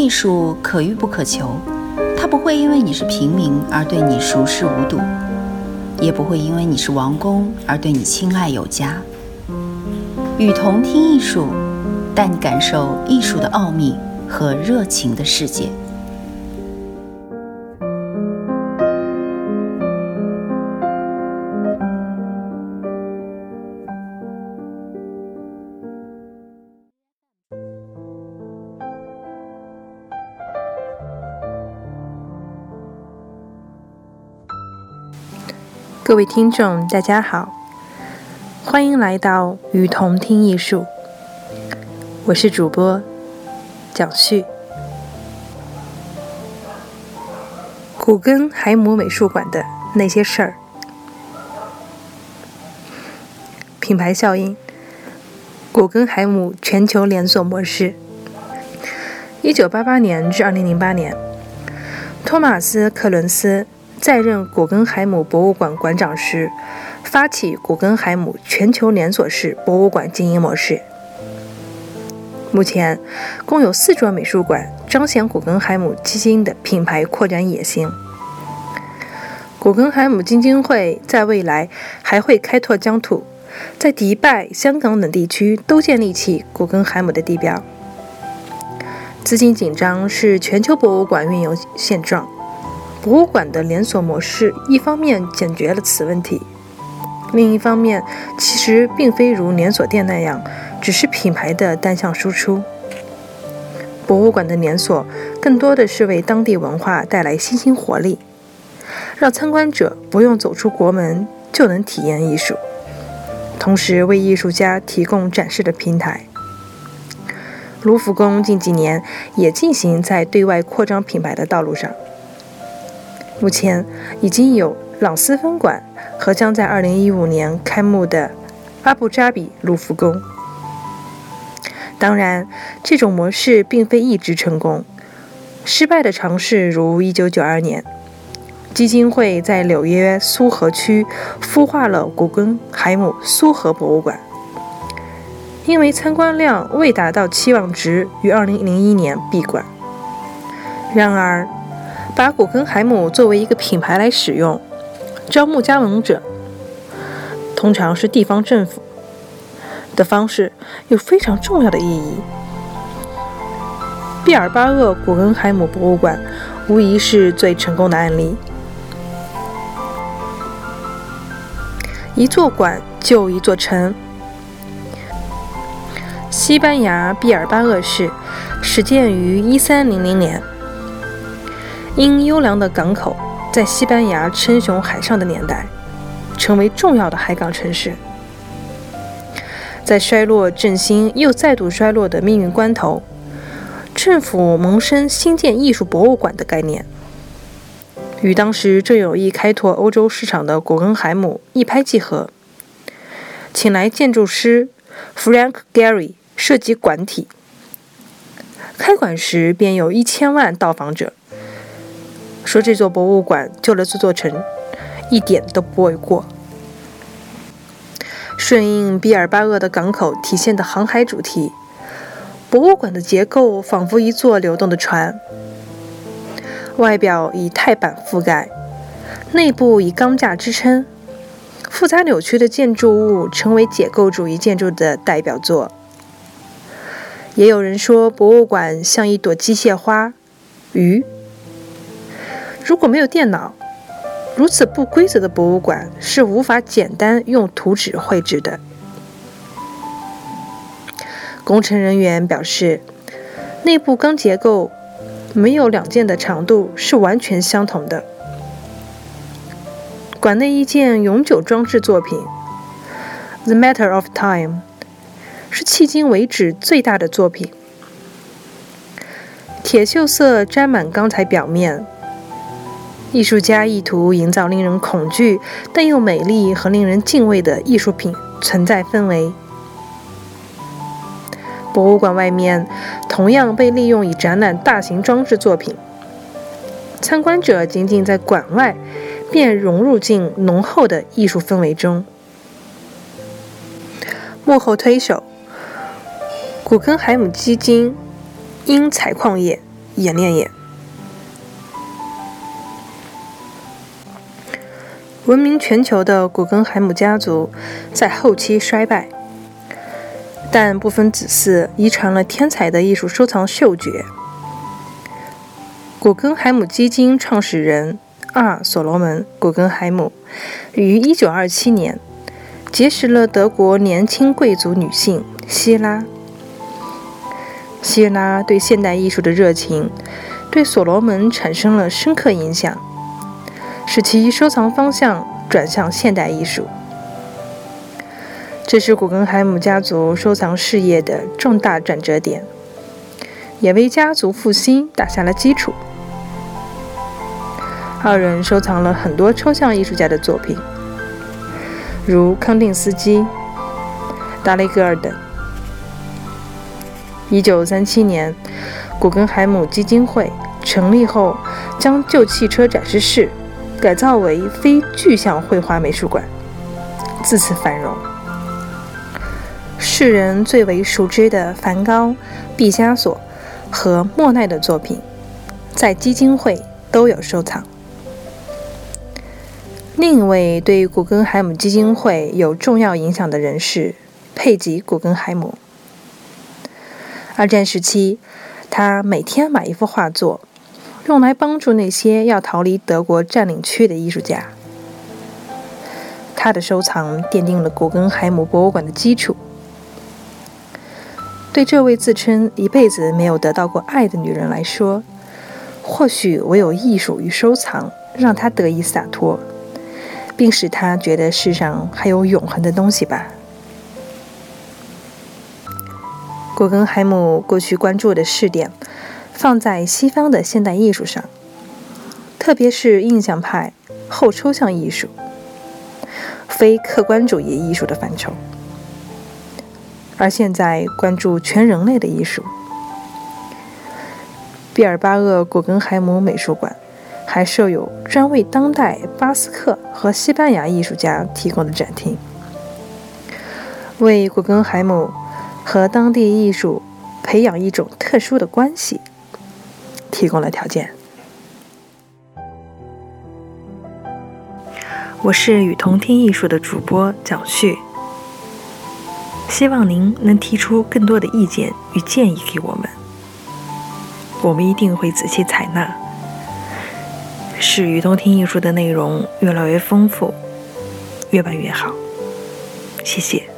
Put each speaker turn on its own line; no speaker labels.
艺术可遇不可求，它不会因为你是平民而对你熟视无睹，也不会因为你是王公而对你青睐有加。与同听艺术，带你感受艺术的奥秘和热情的世界。
各位听众，大家好，欢迎来到与同听艺术，我是主播蒋旭。古根海姆美术馆的那些事儿。品牌效应，古根海姆全球连锁模式。1988年至2008年，托马斯·克伦斯在任古根海姆博物馆馆长时，发起古根海姆全球连锁式博物馆经营模式。目前共有4座美术馆彰显古根海姆基金的品牌扩展野心。古根海姆基金会在未来还会开拓疆土，在迪拜、香港等地区都建立起古根海姆的地标。资金紧张是全球博物馆运营现状。博物馆的连锁模式一方面解决了此问题，另一方面其实并非如连锁店那样只是品牌的单向输出。博物馆的连锁更多的是为当地文化带来新兴活力，让参观者不用走出国门就能体验艺术，同时为艺术家提供展示的平台。卢浮宫近几年也进行在对外扩张品牌的道路上，目前已经有朗斯分馆和将在2015年开幕的阿布扎比卢浮宫。当然，这种模式并非一直成功，失败的尝试如1992年，基金会在纽约苏荷区孵化了古根海姆苏荷博物馆，因为参观量未达到期望值，于2001年闭馆。然而，把古根海姆作为一个品牌来使用，招募加盟者，通常是地方政府的方式，有非常重要的意义。毕尔巴鄂古根海姆博物馆无疑是最成功的案例。一座馆就一座城。西班牙毕尔巴鄂市始建于1300年，因优良的港口，在西班牙称雄海上的年代，成为重要的海港城市。在衰落振兴又再度衰落的命运关头，政府萌生新建艺术博物馆的概念，与当时正有意开拓欧洲市场的古根海姆一拍即合，请来建筑师 Frank Gehry 设计馆体。开馆时便有1000万到访者，说这座博物馆救了这座城，一点都不为过。顺应毕尔巴鄂的港口体现的航海主题，博物馆的结构仿佛一座流动的船，外表以钛板覆盖，内部以钢架支撑，复杂扭曲的建筑物成为解构主义建筑的代表作。也有人说，博物馆像一朵机械花鱼。如果没有电脑，如此不规则的博物馆是无法简单用图纸绘制的。工程人员表示，内部钢结构没有2件的长度是完全相同的。馆内一件永久装置作品 The Matter of Time 是迄今为止最大的作品。铁锈色沾满钢材表面，艺术家意图营造令人恐惧但又美丽和令人敬畏的艺术品存在氛围。博物馆外面同样被利用以展览大型装置作品，参观者仅仅在馆外便融入进浓厚的艺术氛围中。幕后推手，古根海姆基金因采矿业演练也。闻名全球的古根海姆家族在后期衰败，但部分子嗣遗传了天才的艺术收藏嗅觉。古根海姆基金创始人所罗门·古根海姆于1927年结识了德国年轻贵族女性希拉。希拉对现代艺术的热情对所罗门产生了深刻影响，使其收藏方向转向现代艺术。这是古根海姆家族收藏事业的重大转折点，也为家族复兴打下了基础。二人收藏了很多抽象艺术家的作品，如康定斯基、达雷格尔等。1937年，古根海姆基金会成立后，将旧汽车展示室改造为非具象绘画美术馆，自此繁荣。世人最为熟知的梵高、毕加索和莫奈的作品，在基金会都有收藏。另一位对古根海姆基金会有重要影响的人是佩吉·古根海姆。二战时期，他每天买一幅画作，用来帮助那些要逃离德国占领区的艺术家。他的收藏奠定了古根海姆博物馆的基础。对这位自称一辈子没有得到过爱的女人来说，或许唯有艺术与收藏让她得以洒脱，并使她觉得世上还有永恒的东西吧。古根海姆过去关注的视点放在西方的现代艺术上，特别是印象派、后抽象艺术、非客观主义艺术的范畴。而现在关注全人类的艺术。毕尔巴鄂古根海姆美术馆还设有专为当代巴斯克和西班牙艺术家提供的展厅，为古根海姆和当地艺术培养一种特殊的关系提供了条件。我是与同听艺术的主播蒋旭，希望您能提出更多的意见与建议给我们一定会仔细采纳，使与同听艺术的内容越来越丰富，越办越好。谢谢。